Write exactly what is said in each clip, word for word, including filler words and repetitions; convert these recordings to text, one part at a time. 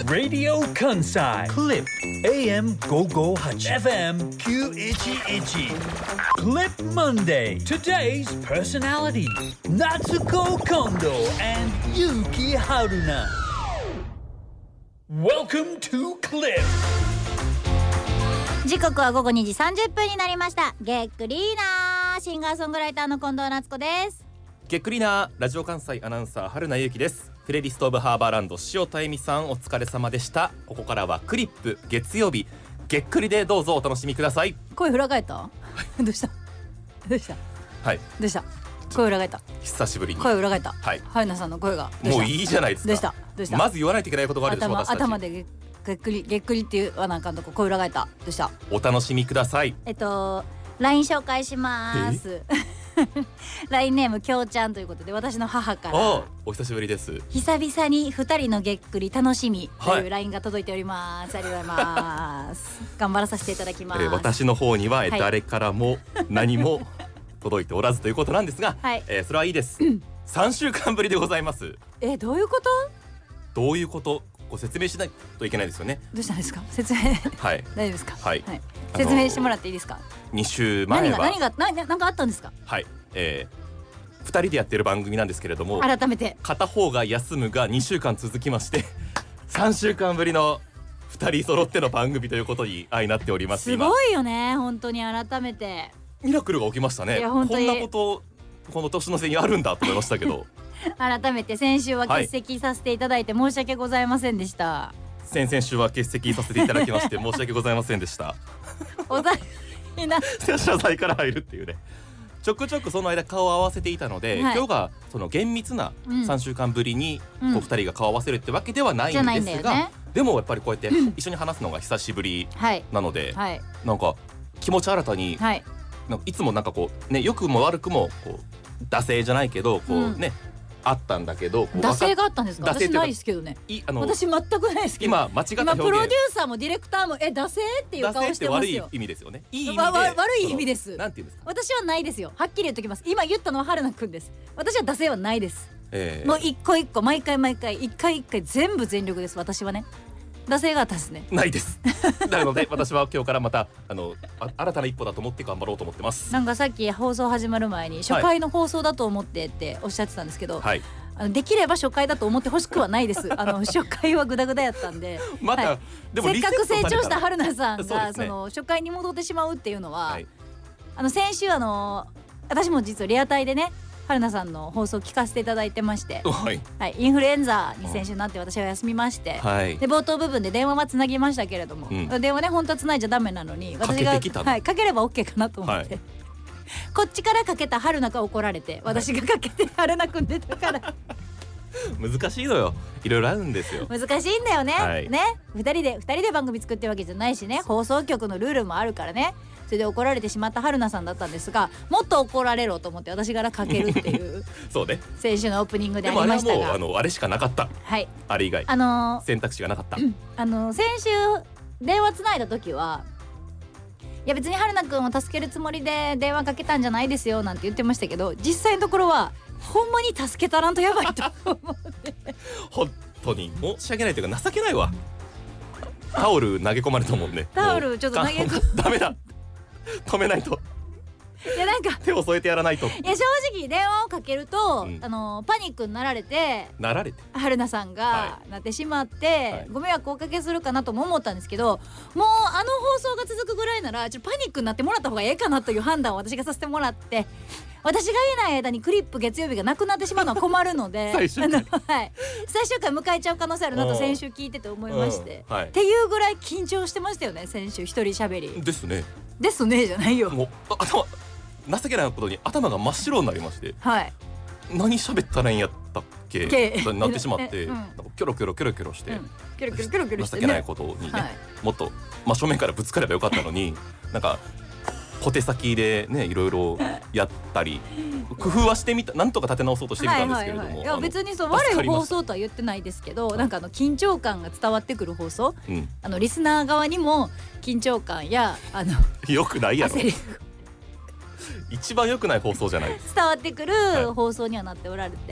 Radio Kansai Clip エーエムごひゃくごじゅうはち エフエムきゅういちいち Clip Monday. Today's personality Natsuko Kondo and Yuki Haruna. Welcome to Clip. 時刻は午後にじさんじゅっぷんになりました。げっくりーなーシンガーソングライターの近藤夏子です。 げっくりなラジオ関西アナウンサー春名由紀です。プレリストオブハーバーランド塩田恵美さんお疲れ様でした。ここからはクリップ月曜日げっくりでどうぞお楽しみください。 声裏返った？どうした？どうした？ はいどうした？声裏返った。 久しぶりに声裏返った。 はい春名さんの声がもういいじゃないですか。 どうした？どうした？ まず言わないといけないことがあるでしょ。 頭私たち頭でげっくりげっくりっていうわなあかんとこ声裏返った。どうした？ お楽しみください。 えっと ライン 紹介します。ライン ネームきょうちゃんということで私の母からあお久しぶりです。 久々にふたりのげっくり楽しみとはいいうライン が届いております。ありがとうございます頑張らさせていただきます。 えー私の方にはえーはい誰からも何も届いておらずということなんですが、 はいえーそれはいいです。さんしゅうかんぶりでございます。 えどういうこと？ どういうことご説明しないといけないですよね。 どうしたんですか？説明はい大丈夫ですか？ はいはい、 あの説明してもらっていいですか？ に週前は何が何が何が何かあったんですか？ はい、えー、ふたりでやってる番組なんですけれども、 改めて片方が休むがにしゅうかん続きましてさんしゅうかんぶりのふたり揃っての番組ということに相なっております。 すごいよね本当に改めて今ミラクルが起きましたね。 いや本当にこんなことこの年の瀬にあるんだと思いましたけど改めて先週は欠席させていただいて申し訳ございませんでした、 先々週は欠席させていただきまして申し訳ございませんでしたお互いな謝罪から入るっていうね。ちょくちょくその間顔を合わせていたので、 はい今日がその厳密なうんさんしゅうかんぶりにうんこうふたりが顔を合わせるってわけではないじゃないんですが、 んだよね。 でもやっぱりこうやって一緒に話すのが久しぶりはいなので、 はいなんか気持ち新たに、 はいなんかいつもなんかこうね良くも悪くもこう惰性じゃないけどこうね、あったんだけどこう惰性があったんですか？私惰性っていうかないですけどね。 いあの私全くないですけど。 今間違った表現今プロデューサーもディレクターもえ惰性っていう顔惰性っしててますよ。 悪い意味ですよね。いい意味でわわ悪い意味ですそのなんていうんですか、 私はないですよ。はっきり言っときます。今言ったのは春菜くんです。私は惰性はないです。 えーもう一個一個毎回毎回一回一回全部全力です。私はね。惰性があったですね。 ないですなので私は今日からまたあのあ新たな一歩だと思って頑張ろうと思ってます。 なんかさっき放送始まる前に初回の放送だと思ってっておっしゃってたんですけど、 はい、 あのできれば初回だと思ってほしくはないです。あの初回はグダグダやったんで。 また、 はいでもせっかく成長した春春菜さんそうですねがその初回に戻ってしまうっていうのは、 はい、 あの先週あの私も実はリアタイでね春菜さんの放送を聞かせていただいてまして、 はいはい、インフルエンザに先週なって私は休みまして、 はい、 で冒頭部分で電話はつなぎましたけれども、 うん電話ね本当はつないじゃダメなのにか私がけてきたのはい、かければ OK かなと思って、 はいこっちからかけた春菜が怒られて私がかけて春菜くん出たから難しいのよ。いろいろあるんですよ。 難しいんだよね、 はいねふたりでふたりで番組作ってるわけじゃないしね放送局のルールもあるからね。それで怒られてしまった春菜さんだったんですがもっと怒られろと思って私からかけるっていうそうね。 先週のオープニングであでもあれはりましたがもうあのあれしかなかった。 はいあれ以外あのー選択肢がなかった。 あの先週電話つないだ時はいや別に春菜くんを助けるつもりで電話かけたんじゃないですよなんて言ってましたけど実際のところはほんまに助けたらんとやばいと思って本当に申し訳ないというか情けないわ。タオル投げ込まれたもんね。 タオルちょっと投げ込もうダメだ。止めないと。 いやなんか手を添えてやらないと。 いや正直電話をかけると、 うんあのパニックになられてなられて。 春菜さんがはなってしまって、 はいご迷惑をおかけするかなとも思ったんですけどもうあの放送が続くぐらいならちょっとパニックになってもらった方がええかなという判断を私がさせてもらって私がいない間にクリップ月曜日がなくなってしまうのは困るので最終回あの、はい、最終回迎えちゃう可能性あるなと先週聞いてて思いまして、 うんはいっていうぐらい緊張してましたよね先週一人喋りですね。 ですねじゃないよ。 もうあ頭情けないことに頭が真っ白になりまして、 はい何喋ったらいいんやったっけけとなってしまって、 うんなんかキョロキョロキョロキョロして、 うんキョロキョロキョロキョロしてね情けないことにね、 はいもっと真正面からぶつかればよかったのになんか小手先でねいろいろやったり工夫はしてみた、なんとか立て直そうとしてみたんですけれども、 はいはいはい、いやあの別にそう助かりました悪い放送とは言ってないですけど、なんかあの緊張感が伝わってくる放送、 うん、 あのリスナー側にも緊張感やあのよくないやろ焦り一番良くない放送じゃないです伝わってくるい放送にはなっておられて、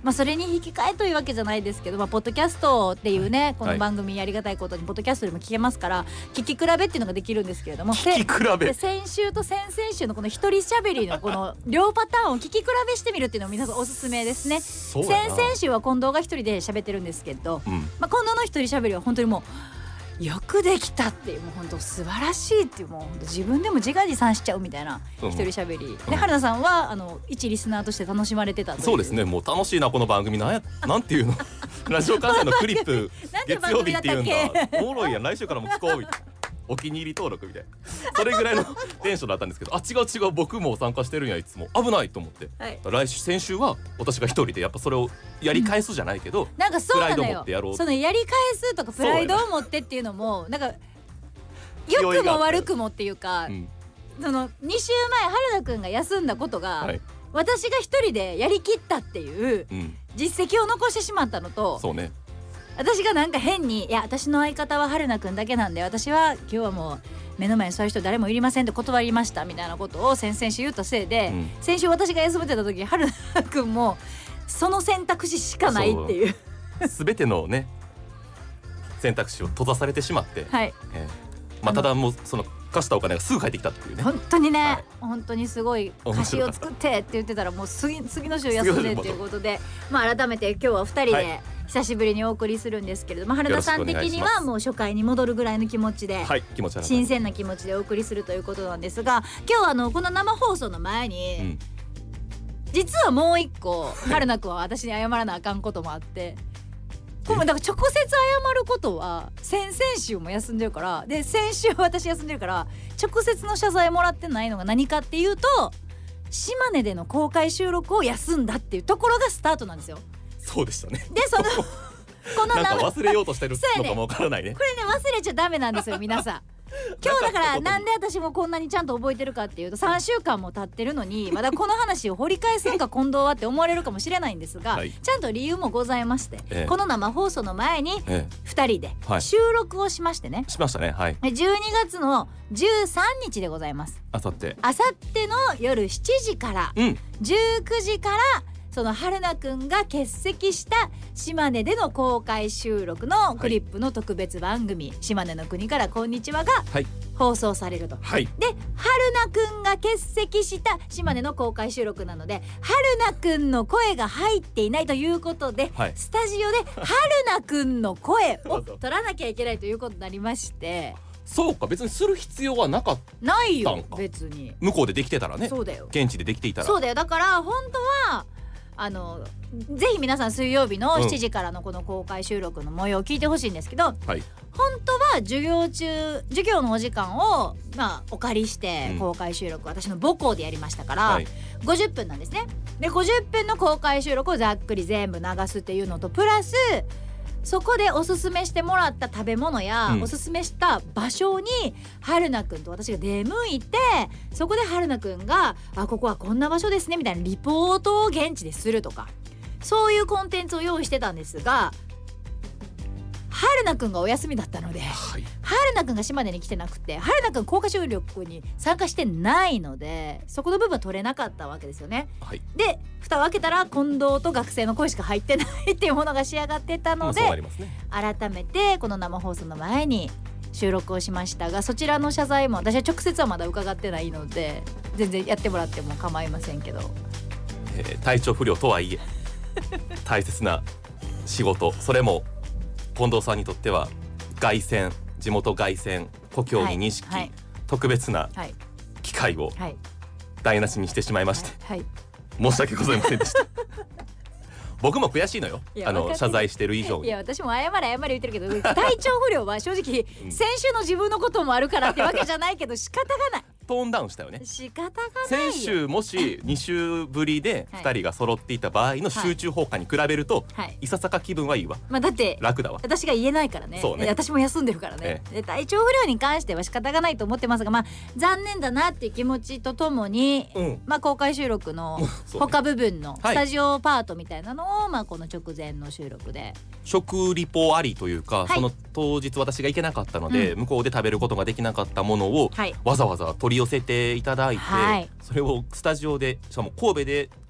まあ、それに引き換えというわけじゃないですけど、まあ、ポッドキャストっていうね、はい、この番組ありがたいことにポッドキャストでも聞けますから聞き比べっていうのができるんですけれども、 聞き比べで先週と先々週のこの一人喋りのこの両パターンを聞き比べしてみるっていうのを皆さんおすすめですね。先々週は近藤が一人で喋ってるんですけど、うん、まあ、近藤の一人喋りは本当にもうよくできたっていう、もう本当素晴らしいっていう、もう本当自分でも自画自賛しちゃうみたいな一人喋り、うん、で春菜さんはあの一リスナーとして楽しまれてたという。 そうですね、もう楽しいなこの番組、なんやなんていうのラジオ関西のクリップ月曜日っていうんだ、おもろいやん、来週からも聞こうみたいな、お気に入り登録みたいな、それぐらいのテンションだったんですけど、あ違う違う僕も参加してるんや、いつも危ないと思って、はい、来週先週は私が一人でやっぱそれをやり返すじゃないけど、うん、 なんかそうなのよ、 プライド持ってやろう、 そのやり返すとかプライドを持ってっていうのもなんか良くも悪くもっていうか、うん、そのに週前春菜くんが休んだことが、はい、私が一人でやりきったっていう実績を残してしまったのと、 そうね、 私がなんか変に、いや私の相方は春菜くんだけなんで、私は今日はもう目の前にそういう人誰もいりませんって断りましたみたいなことを先々週言ったせいで、うん、先週私が休めてた時春菜くんもその選択肢しかないっていう全てのね選択肢を閉ざされてしまって、 はい、 えーまあ、ただもうその貸したお金がすぐ返ってきたっていうね、 本当にね、はい、本当にすごい貸しを作ってって言ってたらもう次、次の週休んでっていうことで、まあ、改めて今日はふたりで久しぶりにお送りするんですけれども、はい、春菜さん的にはもう初回に戻るぐらいの気持ちで、 はい、気持ち新鮮な気持ちでお送りするということなんですが、今日はあのこの生放送の前に、うん、実はもう一個春菜くんは私に謝らなあかんこともあってこれだから直接謝ることは先々週も休んでるから、で先週私休んでるから直接の謝罪もらってないのが何かっていうと、島根での公開収録を休んだっていうところがスタートなんですよ。 そうでしたね。 でそのこのなんか忘れようとしてるのかもわからないね。 これね忘れちゃダメなんですよ皆さん。今日だからなんで私もこんなにちゃんと覚えてるかっていうと、さんしゅうかんも経ってるのにまだこの話を掘り返すんか近藤はって思われるかもしれないんですが、はい、ちゃんと理由もございまして、ええ、この生放送の前にふたりで収録をしましてね、はい、 しましたね、はい、 じゅうにがつのじゅうさんにちでございます。 あさってあさっての夜しちじから、うん、じゅうくじからその春菜くんが欠席した島根での公開収録のクリップの特別番組、はい、島根の国からこんにちはが放送されると、はい、で春菜くんが欠席した島根の公開収録なので春菜くんの声が入っていないということで、はい、スタジオで春菜くんの声を取らなきゃいけないということになりましてそうか、別にする必要はなかったんか。 ないよ別に、 向こうでできてたらね。 そうだよ、 現地でできていたら。 そうだよ、だから本当はあのぜひ皆さん水曜日のしちじからのこの公開収録の模様を聞いてほしいんですけど、うん、はい、本当は授業中授業のお時間を、まあ、お借りして公開収録、うん、私の母校でやりましたから、はい、ごじゅっぷんなんですね。でごじゅっぷんの公開収録をざっくり全部流すっていうのとプラスそこでおすすめしてもらった食べ物や、うん、おすすめした場所に春菜くんと私が出向いて、そこで春菜くんがあここはこんな場所ですねみたいなリポートを現地でするとか、そういうコンテンツを用意してたんですが、春菜くんがお休みだったので、はい、春菜くんが島根に来てなくて春菜くん公開収録に参加してないのでそこの部分は取れなかったわけですよね、はい、で蓋を開けたら近藤と学生の声しか入ってないっていうものが仕上がってたので、ね、改めてこの生放送の前に収録をしましたが、そちらの謝罪も私は直接はまだ伺ってないので全然やってもらっても構いませんけど、 えー、体調不良とはいえ大切な仕事、それも近藤さんにとっては凱旋、地元凱旋、故郷に錦、はいはい、特別な機会を台無しにしてしまいまして、はいはい、申し訳ございませんでした僕も悔しいのよ、あの謝罪してる以上に。 いや私も謝れ謝れ言ってるけど体調不良は正直先週の自分のこともあるからってわけじゃないけど仕方がないトーンダウンしたよね。 仕方がないよ。 先週もしに週ぶりでふたりが揃っていた場合の集中放課に比べると、はい、いささか気分はいいわ、 まあ、だって楽だわ。 私が言えないから ね, ね私も休んでるからね、ええ、で体調不良に関しては仕方がないと思ってますが、まあ、残念だなっていう気持ちとともに、うんまあ、公開収録の他部分のスタジオパートみたいなのを、はいまあ、この直前の収録で食リポありというか、はい、その当日私が行けなかったので、うん、向こうで食べることができなかったものを、はい、わざわざ取り寄せていただいて、はい、それをスタジオでしかも神戸で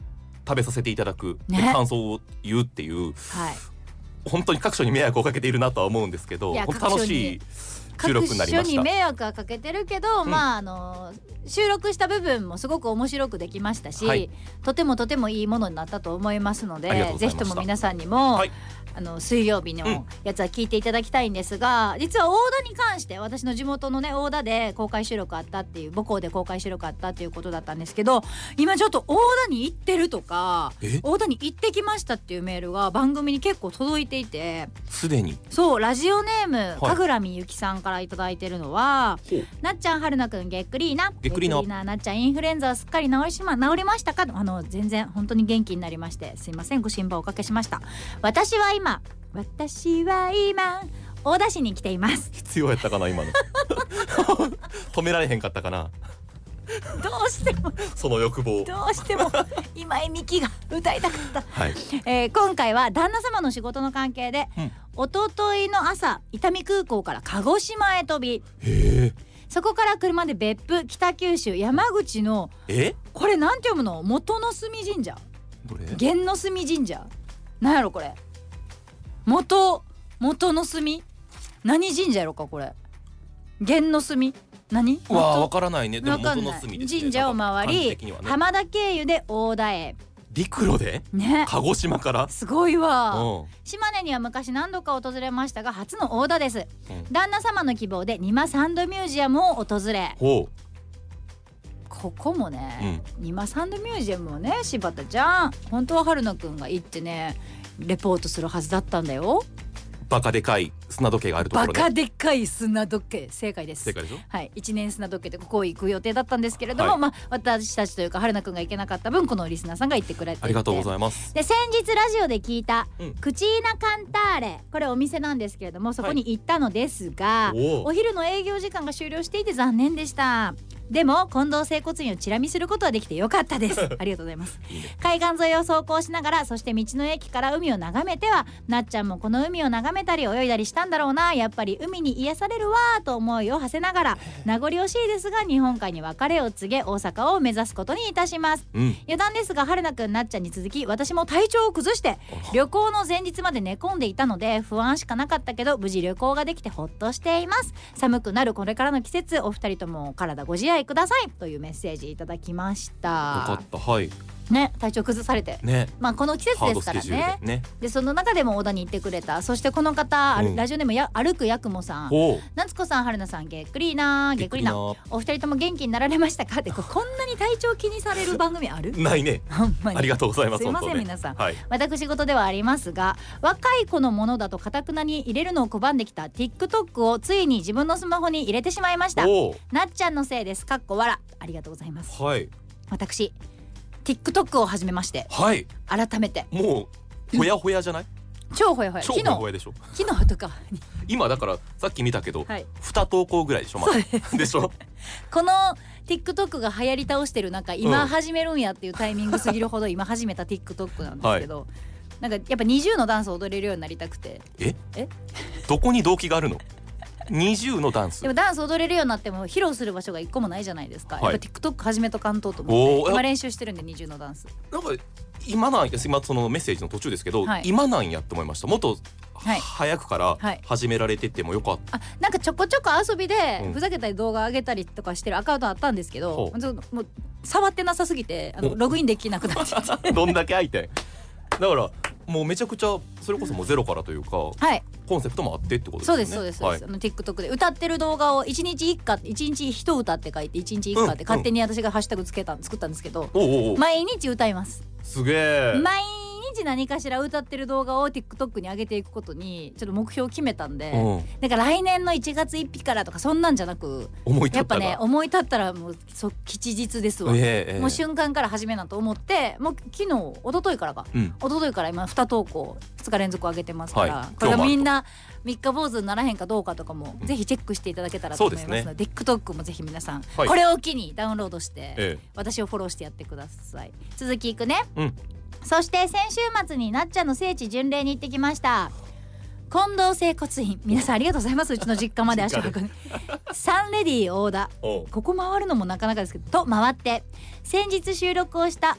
食べさせていただく、 ね、 で感想を言うっていう、 はい、 本当に各所に迷惑をかけているなとは思うんですけど、本当楽しい収録になりました。 各所に迷惑はかけてるけど、うん、まああの収録した部分もすごく面白くできましたし、はい、とてもとてもいいものになったと思いますので、ぜひとも皆さんにも、はい、あの水曜日のやつは聞いていただきたいんですが、うん、実は大田に関して私の地元のね大田で公開収録あったっていう母校で公開収録あったっていうことだったんですけど、今ちょっと大田に行ってるとか大田に行ってきましたっていうメールが番組に結構届いていて、 すでにそうラジオネーム、はい、かぐらみゆきさんからいただいてるのは、なっちゃんはるなくんげっくりーなげっくりーななっちゃんインフルエンザはすっかり治りしま治りましたか。あの全然本当に元気になりまして、すいませんご心配おかけしました。私は今私は今大田市に来ています。 必要やったかな今の止められへんかったかなどうしてもその欲望どうしても今井美樹が歌いたかった、 はい、 えー、今回は旦那様の仕事の関係で、うん、一昨日の朝伊丹空港から鹿児島へ飛び、 へー、 そこから車で別府北九州山口のえこれなんて読むの、元の隅神社、 どれ源の隅神社なんやろこれ、元元の隅何神社やろかこれ、源の隅何わあわからないね。でも元の隅ですね。 神社を回り、ね、浜田経由で大田へ、 陸路で、 ね、 鹿児島からすごいわ。島根には昔何度か訪れましたが初の大田です、うん、旦那様の希望でニマサンドミュージアムを訪れ、 ほうここもね、うん、ニマサンドミュージアムをね柴田ちゃん本当は春菜くんが行ってねレポートするはずだったんだよ。 バカでかい砂時計があるところで、 バカでかい砂時計、正解です。 正解でしょ。 はい、一年砂時計でここ行く予定だったんですけれども、はい、まあ私たちというか春菜くんが行けなかった分このリスナーさんが行ってくれていて、 ありがとうございます。 で先日ラジオで聞いた、うん、クチーナカンターレ、これお店なんですけれどもそこに行ったのですが、はい、お, お昼の営業時間が終了していて残念でした。でも近藤整骨院をチラ見することはできてよかったですありがとうございますいい、ね、海岸沿いを走行しながら、そして道の駅から海を眺めては、なっちゃんもこの海を眺めたり泳いだりしたんだろうな、やっぱり海に癒されるわと思いを馳せながら、名残惜しいですが日本海に別れを告げ大阪を目指すことにいたします、うん、余談ですが春菜くんなっちゃんに続き私も体調を崩して旅行の前日まで寝込んでいたので不安しかなかったけど無事旅行ができてほっとしています。寒くなるこれからの季節、お二人とも体ご自愛くださいというメッセージいただきました。よかった、はいね、体調崩されて、ね、まあこの季節ですから ね, で, ねでその中でも小田に行ってくれた。そしてこの方、うん、ラジオネームや歩くやくもさん、夏子さん、春菜さん、げっくりーなげっくりーな、お二人とも元気になられましたかって、こんなに体調気にされる番組あるないねほんまにありがとうございます。 すいません、ね、皆さん、はい、私事ではありますが若い子のものだと堅くなに入れるのを拒んできた TikTok をついに自分のスマホに入れてしまいました。なっちゃんのせいです、かっこわら。ありがとうございます、 はい、 私TikTok を始めまして、 はい、 改めてもうほやほやじゃない、 うん、超ほやほや、 超ほやほやでしょ。 昨日とか今だからさっき見たけど、はい、に投稿ぐらいでしょ、まだでしょこの TikTok が流行り倒してる中、今始めるんやっていうタイミングすぎるほど今始めた TikTok なんですけど、はい、なんかやっぱにじゅうのダンスを踊れるようになりたくて。 ええどこに動機があるのにじゅうのダンス。 でもダンス踊れるようになっても披露する場所がいっこもないじゃないですか、はい、やっぱ TikTok 始めとかんとうと思って今練習してるんでにじゅうのダンス。 なんか今なんや、今そのメッセージの途中ですけど、はい、今なんやって思いました。もっと、はい、早くから始められててもよかった、 はい、あなんかちょこちょこ遊びでふざけたり動画上げたりとかしてるアカウントあったんですけど、うん、もう触ってなさすぎてあのログインできなくなっちゃってどんだけ相手だからもうめちゃくちゃそれこそもうゼロからというか、はい、コンセプトもあってってことですよね。 そうですそうですそうです、はい、あの TikTok で歌ってる動画をいちにちいっかいちにちいち歌って書いていちにちいっかって勝手に私がハッシュタグつけた作ったんですけど、うんうん、おうおう毎日歌います。 すげえ。 毎日何かしら歌ってる動画を TikTok に上げていくことにちょっと目標を決めたんで、うん、だから来年のいちがつついたちからとかそんなんじゃなく、 思い立ったらやっぱね思い立ったらもうそ吉日ですわ、えー、もう瞬間から始めなと思って、もう昨日一昨日からか、うん、一昨日から今に投稿ふつか連続上げてますから、はい、これがみんなみっか坊主にならへんかどうかとかも、うん、ぜひチェックしていただけたらと思いますので、で、ね、TikTok もぜひ皆さん、はい、これを機にダウンロードして、ええ、私をフォローしてやってください。続きいくね、うん、そして先週末になっちゃんの聖地巡礼に行ってきました。近藤整骨院、皆さんありがとうございます。うちの実家まで足を運んでサンレディ大田、ここ回るのもなかなかですけどと回って、先日収録をした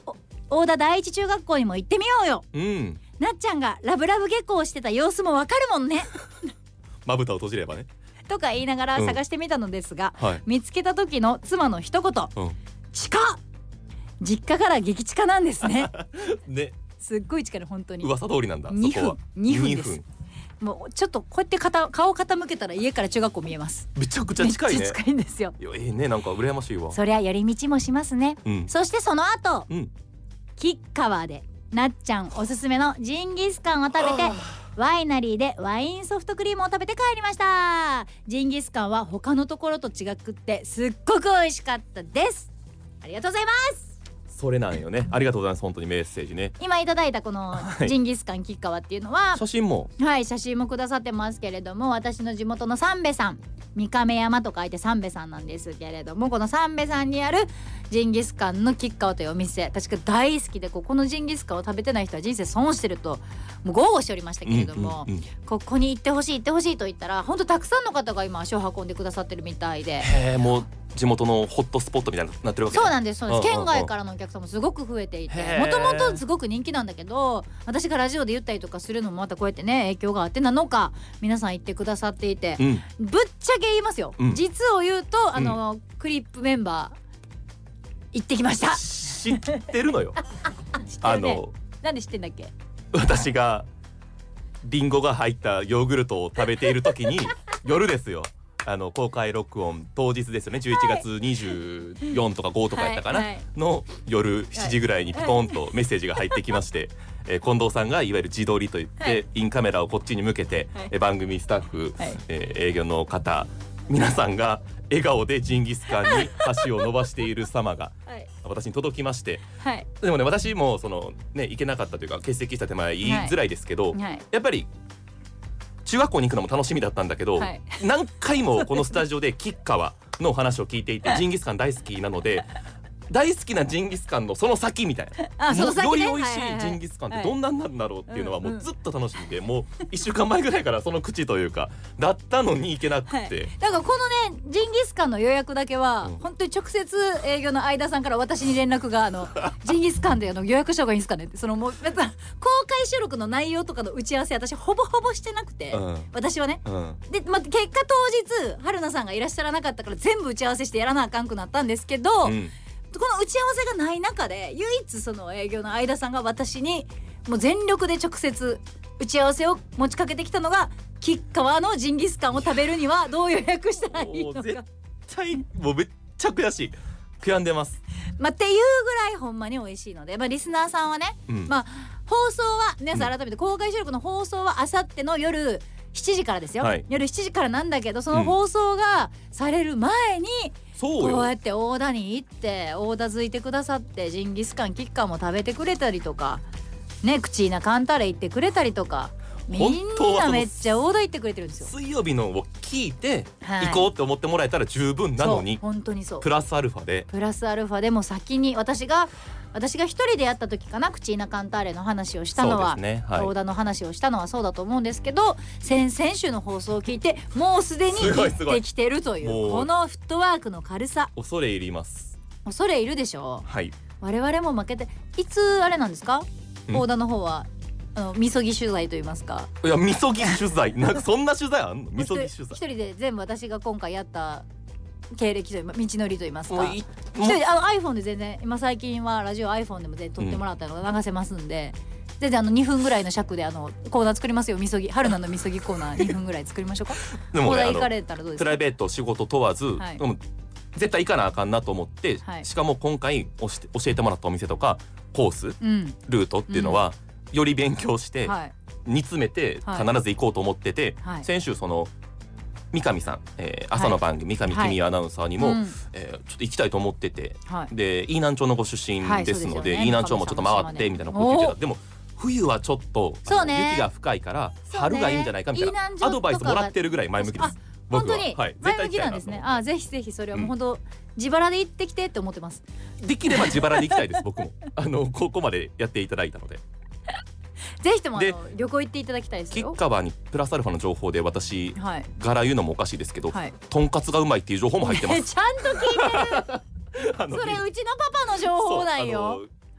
大田第一中学校にも行ってみようよ。 うんなっちゃんがラブラブ下校してた様子もわかるもんねまぶたを閉じればね。 とか言いながらうん探してみたのですが、 はい見つけた時の妻の一言、 うん近っ、実家から激近なんですねねすっごい近い、本当に噂通りなんだ。 にふんそこはにふんですにふんもうちょっとこうやって肩顔傾けたら家から中学校見えます。 めちゃくちゃ近いね。 めっちゃ近いんですよ。 いやええね、なんか羨ましいわ。 そりゃ寄り道もしますね。 うんそしてその後うん吉川でなっちゃんおすすめのジンギスカンを食べて、ワイナリーでワインソフトクリームを食べて帰りました。ジンギスカンは他のところと違くってすっごく美味しかったです。ありがとうございます。 それなんよね。ありがとうございます。本当にメッセージね。 今いただいたこのいジンギスカン吉川っていうのは、 写真もはい写真もくださってますけれども、私の地元の三瓶さん、三亀山と書いて三瓶さんなんですけれども、この三瓶さんにあるジンギスカンの吉川というお店、確か大好きで、ここのジンギスカンを食べてない人は人生損してるともう豪語しておりましたけれども、 うんうんうんここに行ってほしい行ってほしいと言ったら本当たくさんの方が今足を運んでくださってるみたいで。 へえ、もう地元のホットスポットみたいになってるわけね。 そうなんですそうです、 うんうんうん県外からのお客さんもすごく増えていて、 へーもともとすごく人気なんだけど、私がラジオで言ったりとかするのもまたこうやってね影響があってなのか、皆さん言ってくださっていて、 うんぶっちゃけ言いますよ、 うん実を言うとあの、クリップメンバー行ってきました。 知ってるのよ。 知ってるね。 あのなんで知ってんだっけ。 私がリンゴが入ったヨーグルトを食べている時に夜ですよ。あの公開録音当日ですよね。じゅういちがつにじゅうよっかとかごとかやったかな、 はいはいの夜しちじぐらいにピコンとメッセージが入ってきまして、えー近藤さんがいわゆる自撮りといって、 はいインカメラをこっちに向けて、 はいえー番組スタッフ、 はいえー営業の方皆さんが笑顔でジンギスカンに箸を伸ばしている様がはい私に届きまして、 はいでもね私もそのね行けなかったというか欠席した手前言いづらいですけど、 はいやっぱり中学校に行くのも楽しみだったんだけど、 はい何回もこのスタジオで吉川のお話を聞いていてジンギスカン大好きなので大好きなジンギスカンのその先みたいな、 あその先ねもうより美味しはいはいはいいジンギスカンってどんなんなんだろうっていうのははいもうずっと楽しみで、もういっしゅうかんまえぐらいからその口というかだったのに行けなくはいて、 だからこのねジンギスカンの予約だけは、 うん本当に直接営業の相田さんから私に連絡があのジンギスカンであの予約した方がいいんですかねって、そのもう別に公開収録の内容とかの打ち合わせ私ほぼほぼしてなくて、 うん私はねうんで、まあ、結果当日春菜さんがいらっしゃらなかったから全部打ち合わせしてやらなあかんくなったんですけど、 うんこの打ち合わせがない中で唯一その営業の相田さんが私にもう全力で直接打ち合わせを持ちかけてきたのが吉川のジンギスカンを食べるにはどう予約したらいいのもう絶か対もうめっちゃ悔しい悔やんでます、 まあっていうぐらいほんまに美味しいので、まあ、リスナーさんはね、 うんまあ放送は皆さん改めて公開収録の放送はあさっての夜しちじからですよ、 はい夜しちじからなんだけどその放送がされる前に、 そうよこうやって大田に行って大田づいてくださってジンギスカンキッカンも食べてくれたりとかね、口なカンタレ行ってくれたりとかみん本当はそのなめっちゃ大田行ってくれてるんですよ。 水曜日のを聞いてはい行こうって思ってもらえたら十分なのに、 そう本当にそうプラスアルファでプラスアルファでも先に私が私が一人でやった時かな、口なカンターレの話をしたのは、 そうですね、はい大田の話をしたのはそうだと思うんですけど、先々週の放送を聞いてもうすでにすごいすごい行ってきてるというもうこのフットワークの軽さ、 恐れ入ります。 恐れいるでしょはい、 う。我々も負けていつあれなんですか、 うん大田の方はあのみそぎ取材といいますか、 いやみそぎ取材なんかそんな取材あんの？みそぎ取材一人で全部私が今回やった経歴という道のりといいますか、 もうい一人であの iPhone で全然今最近はラジオ iPhone でも全然撮ってもらったのが流せますんで、全然あのにふんぐらいの尺であのコーナー作りますよ。みそぎ春菜のみそぎコーナーにふんぐらい作りましょうか。 でもねあのコーナー行かれたらどうですか。 プライベート仕事問わず、 はいでも絶対行かなあかんなと思って、 はいしかも今回教えて教えてもらったお店とかコースうんルートっていうのは、より勉強して、 はい煮詰めてはい必ず行こうと思ってて、 はい先週その三上さん、えー朝の番組、三上君アナウンサーにも、 うんえーちょっと行きたいと思ってて、 はいで飯南町のご出身ですので、 はいそうですよね飯南町もちょっと回ってみたいなこと言ってた。でも冬はちょっとあのそうね雪が深いからそうね春がいいんじゃないかみたい飯南町とかなアドバイスもらってるぐらい前向きです。僕は本当にはい、 前向きなんですね。あ、ぜひぜひそれはもう本当自腹で行ってきてって思ってます。 できれば自腹で行きたいです僕もあのここまでやっていただいたので。 ぜひともあでの旅行行っていただきたいですキッよ。 カバーにプラスアルファの情報で私はい柄言うのもおかしいですけど、 はい。 とんかつがうまいっていう情報も入ってまえす。 ちゃんと聞いてる。 あのそれうちのパパの情報なんよ。 そうあの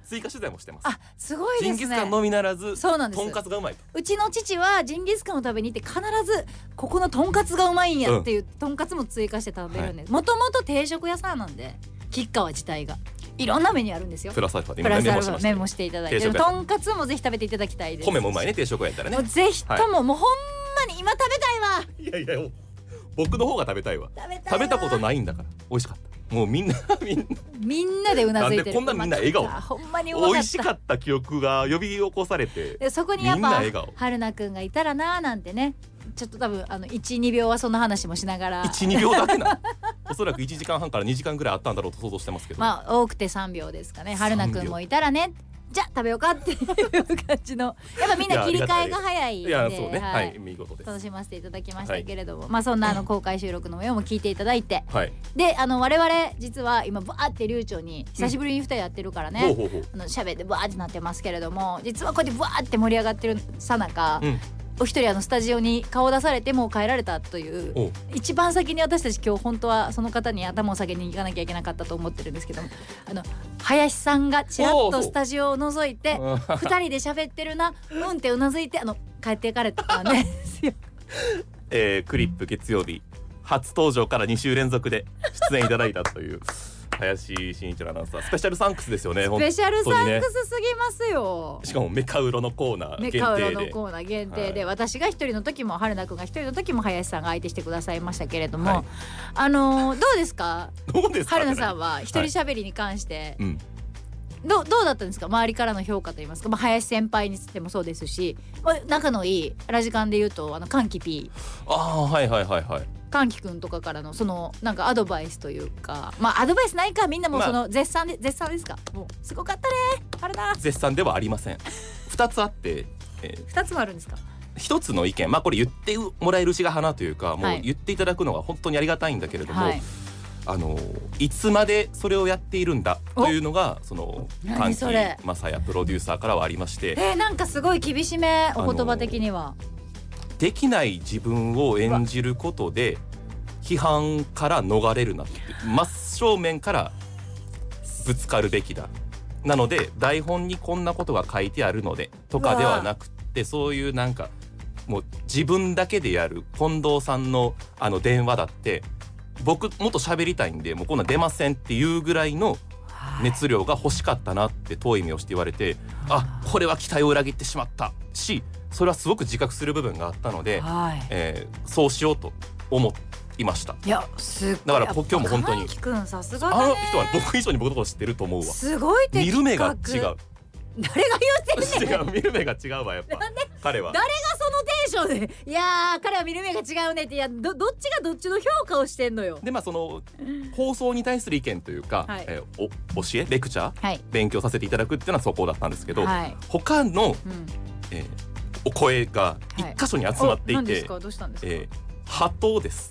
追加取材もしてます。 あ、すごいですね。 ジンギスカンのみならず、 そうなんです。 とんかつがうまいと。 うちの父はジンギスカンを食べに行って必ずここのとんかつがうまいんやっていう、うん、とんかつも追加して食べるんで、もともと定食屋さんなんで吉川自体がいろんなメニューあるんですよ。 プラスアルファで今メモしました、ね、メモしていただいて、とんかつもぜひ食べていただきたいです。 米もうまいね、定食屋やったらね。 もうぜひとも、はい、もうほんまに今食べたいわ。 いやいや、僕の方が食べたいわ。 食べたいわ。 食べたことないんだから美味しかった。もうみんなみんなみんなでうなずいてる。 なんでこんなみんな笑顔。 ほんまにうまかった。 美味しかった記憶が呼び起こされて、 でそこにやっぱ春菜くんがいたらなーなんてね、ちょっと多分あの いちにびょうはその話もしながらいちにびょうだけなおそらくいちじかんはんからにじかんぐらいあったんだろうと想像してますけど、 まあ多くてさんびょうですかね。春菜くんもいたらね、じゃあ食べようかっていう感じの、やっぱみんな切り替えが早いんで、 いやそうね、 はい、 はい、見事です。 楽しませていただきましたけれども、はい、まあそんなあの公開収録の模様も聞いていただいて、 はい、 であの我々実は今バーって流暢に久しぶりにふたりやってるからね、 うん、ほうほうほう、 あの喋ってバーってなってますけれども、実はこうやってバーって盛り上がってるさなか、うん、お一人あのスタジオに顔出されてもう帰られたという、一番先に私たち今日本当はその方に頭を下げに行かなきゃいけなかったと思ってるんですけども、あの林さんがちらっとスタジオを覗いてふたりで喋ってるなうんってうなずいてあの帰っていかれたんですよえー、クリップ月曜日初登場からに週連続で出演いただいたという林真一郎アナウンサー、スペシャルサンクスですよね。 スペシャルサンクスすぎますよ、 ね、しかもメカウロのコーナー限定で、 メカウロのコーナー限定で、はい、私が一人の時も春菜くんが一人の時も林さんが相手してくださいましたけれども、はい、あのー、どうですかどうですか春菜さんは一人喋りに関して、はい、うん、ど, どうだったんですか、周りからの評価といいますか、まあ、林先輩にしてもそうですし、まあ、仲のいいラジカンで言うとあの歓喜 P、 ああはいはいはいはい、 歓喜くんとかからのそのなんかアドバイスというか、まあアドバイスないか、みんなもその絶賛で、まあ、絶賛ですか、もうすごかったねあれだ。 絶賛ではありません。ふたつあって、 えー、ふたつもあるんですか。 ひとつの意見、まあこれ言ってもらえるうちが花というか、もう言っていただくのが本当にありがたいんだけれども、はい、あのいつまでそれをやっているんだというのがその歓喜正也プロデューサーからはありまして、 えー、なんかすごい厳しめ、お言葉的にはできない自分を演じることで批判から逃れるなって、真正面からぶつかるべきだ、なので台本にこんなことが書いてあるのでとかではなくて、そういうなんかもう自分だけでやる近藤さんのあの電話だって僕もっと喋りたいんでもうこんなん出ませんっていうぐらいの熱量が欲しかったなって遠い目をして言われて、あ、これは期待を裏切ってしまったし、それはすごく自覚する部分があったので、はい、えー、そうしようと思いました。 いやすごい、 だから今日も本当に歓喜くんさすがだね。 あの人は僕以上に僕のこと知ってると思うわ。 すごい的確、 見る目が違う。 誰が言ってんねん。 違う、見る目が違うわやっぱ。彼は誰がそのテンションで、いやー彼は見る目が違うねって、いや ど, どっちがどっちの評価をしてんのよ。 でまあその放送に対する意見というか、はい、えー、お教えレクチャー、はい、勉強させていただくっていうのはそこだったんですけど、はい、他の、うん、えー、お声が一箇所に集まっていて、はい、何ですか、どうしたんですか。えー、波頭です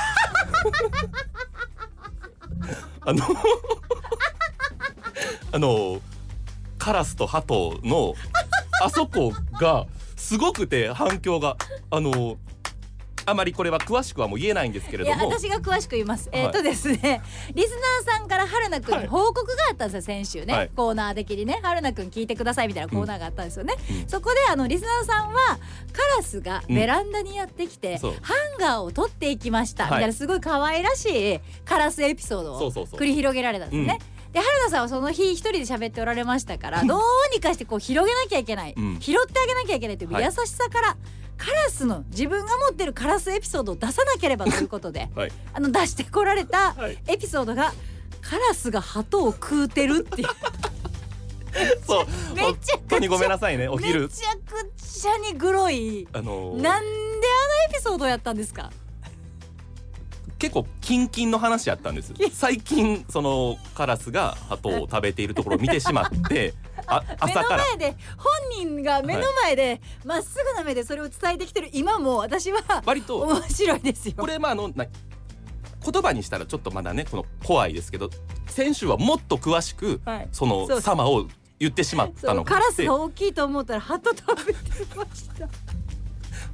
あのあのカラスとハトのあそこがすごくて反響があのあまりこれは詳しくはもう言えないんですけれども、 いや私が詳しく言います、はい、えー、っとですねリスナーさんから春菜くんに報告があったんですよ、先週ね、はい、コーナー的にね、春菜くん聞いてくださいみたいなコーナーがあったんですよね、うん、そこであのリスナーさんはカラスがベランダにやってきて、うん、ハンガーを取っていきました、はい、みたいなすごい可愛らしいカラスエピソードを繰り広げられたんですね。で春菜さんはその日一人で喋っておられましたからどうにかしてこう広げなきゃいけない、うん、拾ってあげなきゃいけないという優しさから、はい、カラスの自分が持ってるカラスエピソードを出さなければということで、はい、あの出してこられたエピソードが、はい、カラスが鳩を食うてるっていうそうめちゃくちゃ本当にごめんなさいね、お昼めちゃくちゃにグロい、あのー、なんであのエピソードやったんですか。 結構キンキンの話やったんです。最近そのカラスが鳩を食べているところを見てしまってあ朝から目の前で本人が目の前でま、はい、っすぐな目でそれを伝えてきてる今も私は割と面白いですよ。 これまああのな言葉にしたらちょっとまだねこの怖いですけど、先週はもっと詳しく、はい、その様を言ってしまったのがカラスが大きいと思ったら鳩食べてました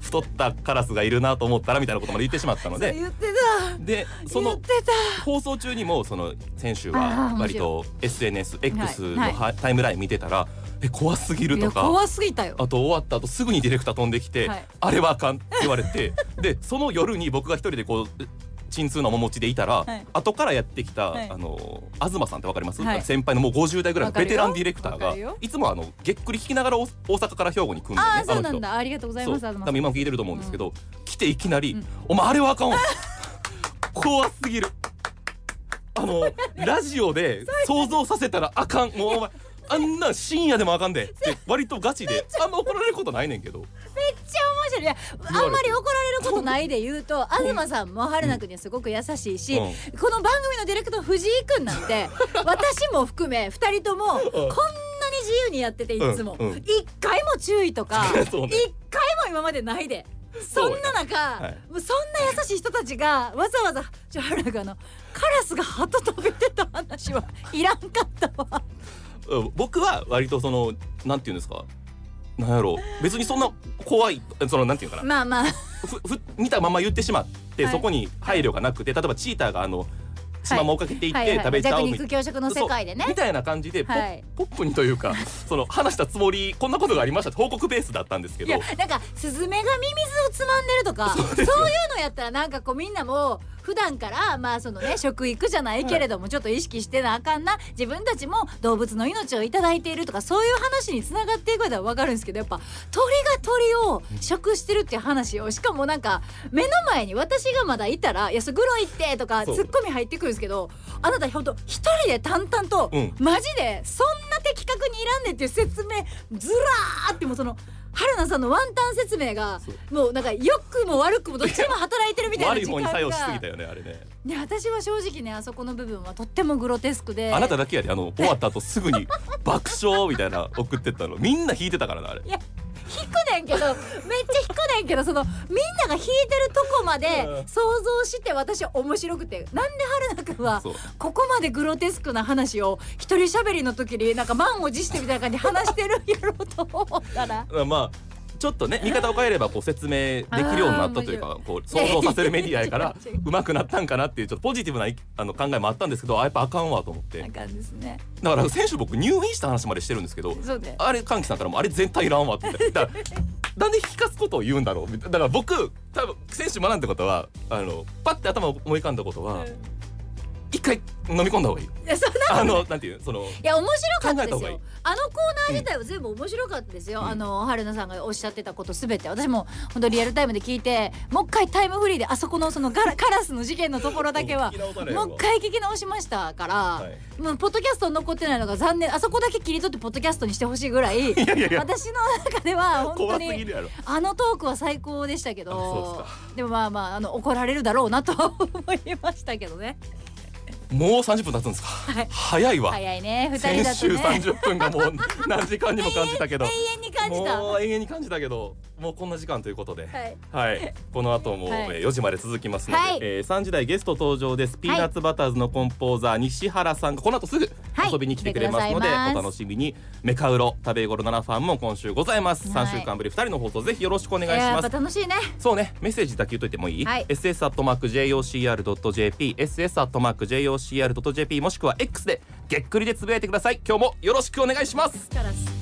太ったカラスがいるなと思ったらみたいなことまで言ってしまったので、 言ってたでその言ってた放送中にもその先週は割と エスエヌエス X のはいはタイムライン見てたら、え怖すぎるいやとか、 怖すぎたよ。 あと終わった後すぐにディレクター飛んできて、 はいあれはあかんって言われてでその夜に僕が一人でこう鎮痛の面持ちでいたら、 はい後からやってきた、 はいあの東さんってわかります、 はい先輩のもうごじゅう代ぐらいのベテランディレクターがわかるよいつもあのげっくり聞きながらお大阪から兵庫に来るんでね、 ああそうなんあの人だ、ありがとうございそうます。東さん多分今も聞いてると思うんですけど、来ていきなり、 うんお前あれはあかんわ怖すぎるあのラジオで想像させたらあかん、もうお前あんな深夜でもあかんでって割とガチであんま怒られることないねんけど、 めっちゃ面白い。いやあんまり怒られることないで言うと東さんも春菜くんにはすごく優しいし、 うんこの番組のディレクター藤井くんなんて私も含めふたりともこんなに自由にやってていつもうんうん一回も注意とかそうね一回も今までないで。そんな中、 はいもうそんな優しい人たちがわざわざじゃあ春菜くんあのカラスが鳩食べてた話はいらんかったわ。 うん僕は割とそのなんていうんですか、なんやろう、別にそんな怖いそのなんていうかな、 まあまあふふ見たまま言ってしまって、 はいそこに配慮がなくて、例えばチーターがあの島も追っかけていってはいはい食べちゃうみ弱肉強食の世界でねそうみ。たいな感じでポ,、 はいポップにというかその話したつもりこんなことがありましたって報告ベースだったんですけどいやなんかスズメがミミズをつまんでるとかそういうのやったらなんかこうみんなも普段からまあそのね食育じゃないけれどもちょっと意識してなあかんな、自分たちも動物の命をいただいているとかそういう話につながっていくことは分かるんですけど、やっぱ鳥が鳥を食してるっていう話をしかもなんか目の前に私がまだいたら「いやそれグロいって」とかそうツッコミ入ってくるんですけど、あなたほんと一人で淡々と、 うんマジでそんな的確にいらんねんっていう説明ずらーってもうその春菜さんのワンタン説明がもうなんか良くも悪くもどっちも働いてるみたいな悪い時間が方に作用しすぎたよねあれね。 ね、私は正直ねあそこの部分はとってもグロテスクで、 あなただけやで、あの終わった後すぐに爆笑みたいな送ってったのみんな弾いてたからなあれ。 いや引くねんけどめっちゃ引くねんけどそのみんなが弾いてるとこまでうん想像して私は面白くて、なんで春菜くんはそうここまでグロテスクな話を一人喋りの時になんか満を持してみたいな感じで話してるんやろうと思ったらまあちょっとね見方を変えればこう説明できるようになったというか、こう想像させるメディアやから違う違う上手くなったんかなっていうちょっとポジティブないあの考えもあったんですけど、あやっぱあかんわと思ってあかんですね。 だから先週僕入院した話までしてるんですけど、 そうねあれ歓喜さんからもあれ全体いらんわって言ってだからなんで引かすことを言うんだろうみたいな。だから僕多分先週学んだことはあのパッて頭を思い浮かんだことは、一回飲み込んだ方がいい。 いやそんなあのなんていうそのいや面白かったです考えた方がいいよ。あのコーナー自体は全部面白かったですよ、 うんあの春菜さんがおっしゃってたことすべて私も本当リアルタイムで聞いて、もう一回タイムフリーであそこのそのガラカラスの事件のところだけは聞き直さないわもう一回聞き直しましたから、 はいもうポッドキャストに残ってないのが残念。あそこだけ切り取ってポッドキャストにしてほしいぐらいいやいやいや私の中では本当怖すぎにるやろ。 あのトークは最高でしたけあそうどですでもまあまああの怒られるだろうなとは思いましたけどね。 もうさんじゅっぷん経つんですか、 はい早いわ。 早いねふたりだ先週とねさんじゅっぷんがもう何時間にも感じたけど永遠に感じた。 もう永遠に感じたけどもうこんな時間ということで、 はいはい、この後も、 はいえーよじまで続きますので、 はいえーさんじ台ゲスト登場です。ピーナッツバターズのコンポーザー西原さんがこの後すぐはい遊びに来てくれますので、 来てくださいますお楽しみに。メカウロ食べ頃ななファンも今週ございます。 はいさんしゅうかんぶりふたりの放送ぜひよろしくお願いしいややっます。 ぱ楽しいね。 そうね、メッセージだけ言っといてもいい、 はいエスエス アットマーク ジェイオーシーアール ドット ジェーピー エスエス アットマーク ジェイオーシーアール ドット ジェーピー もしくは X でげっくりでつぶやいてください。今日もよろしくお願いします。 カラス